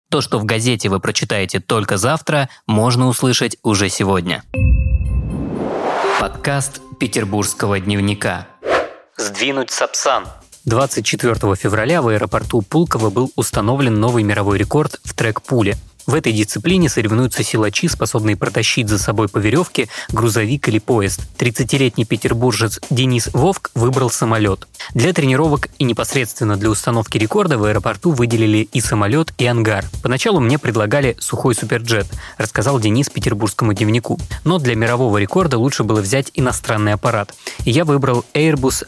То, что в газете вы прочитаете только завтра, можно услышать уже сегодня. Подкаст Петербургского дневника. Сдвинуть Сапсан. 24 февраля в аэропорту Пулково был установлен новый мировой рекорд в трек-пуле. В этой дисциплине соревнуются силачи, способные протащить за собой по веревке грузовик или поезд. 30-летний петербуржец Денис Вовк выбрал самолет. Для тренировок и непосредственно для установки рекорда в аэропорту выделили и самолет, и ангар. Поначалу мне предлагали сухой суперджет, рассказал Денис Петербургскому дневнику. Но для мирового рекорда лучше было взять иностранный аппарат. И я выбрал Airbus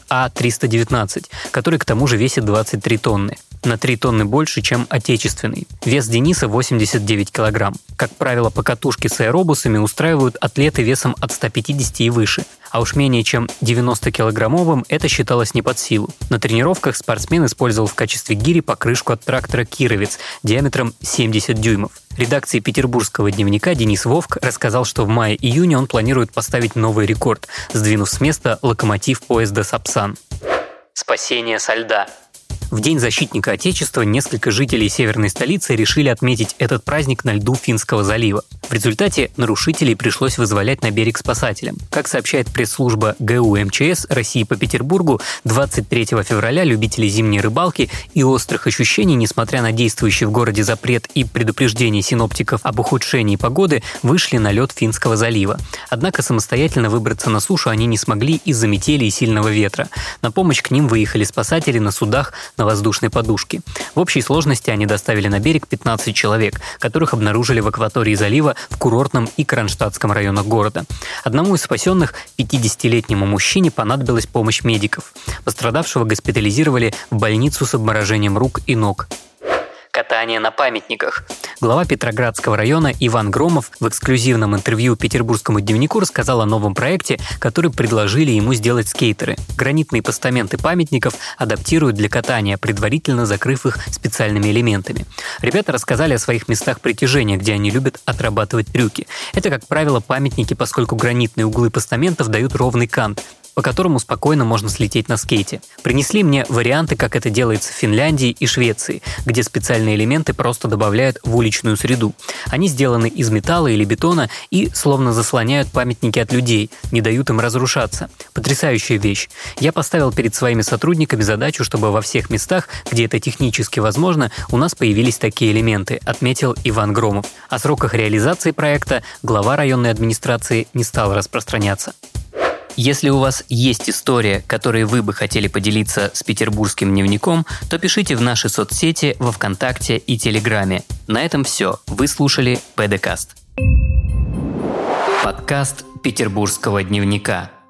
A319, который к тому же весит 23 тонны. На 3 тонны больше, чем отечественный. Вес Дениса 89 килограмм. Как правило, покатушки с аэробусами устраивают атлеты весом от 150 и выше. А уж менее чем 90-килограммовым это считалось не под силу. На тренировках спортсмен использовал в качестве гири покрышку от трактора «Кировец» диаметром 70 дюймов. Редакции Петербургского дневника Денис Вовк рассказал, что в мае-июне он планирует поставить новый рекорд, сдвинув с места локомотив поезда «Сапсан». Спасение со льда. В День защитника Отечества несколько жителей северной столицы решили отметить этот праздник на льду Финского залива. В результате нарушителей пришлось вызволять на берег спасателям. Как сообщает пресс-служба ГУ МЧС России по Петербургу, 23 февраля любители зимней рыбалки и острых ощущений, несмотря на действующий в городе запрет и предупреждение синоптиков об ухудшении погоды, вышли на лед Финского залива. Однако самостоятельно выбраться на сушу они не смогли из-за метели и сильного ветра. На помощь к ним выехали спасатели на судах на воздушной подушке. В общей сложности они доставили на берег 15 человек, которых обнаружили в акватории залива в Курортном и Кронштадтском районах города. Одному из спасенных, 50-летнему мужчине, понадобилась помощь медиков. Пострадавшего госпитализировали в больницу с обморожением рук и ног. Катание на памятниках. Глава Петроградского района Иван Громов в эксклюзивном интервью Петербургскому дневнику рассказал о новом проекте, который предложили ему сделать скейтеры. Гранитные постаменты памятников адаптируют для катания, предварительно закрыв их специальными элементами. Ребята рассказали о своих местах притяжения, где они любят отрабатывать трюки. Это, как правило, памятники, поскольку гранитные углы постаментов дают ровный кант, по которому спокойно можно слететь на скейте. Принесли мне варианты, как это делается в Финляндии и Швеции, где специальные элементы просто добавляют в уличную среду. Они сделаны из металла или бетона и словно заслоняют памятники от людей, не дают им разрушаться. Потрясающая вещь. Я поставил перед своими сотрудниками задачу, чтобы во всех местах, где это технически возможно, у нас появились такие элементы, отметил Иван Громов. О сроках реализации проекта глава районной администрации не стал распространяться. Если у вас есть история, которой вы бы хотели поделиться с Петербургским дневником, то пишите в наши соцсети во ВКонтакте и Телеграме. На этом все. Вы слушали ПДКаст. Подкаст Петербургского дневника.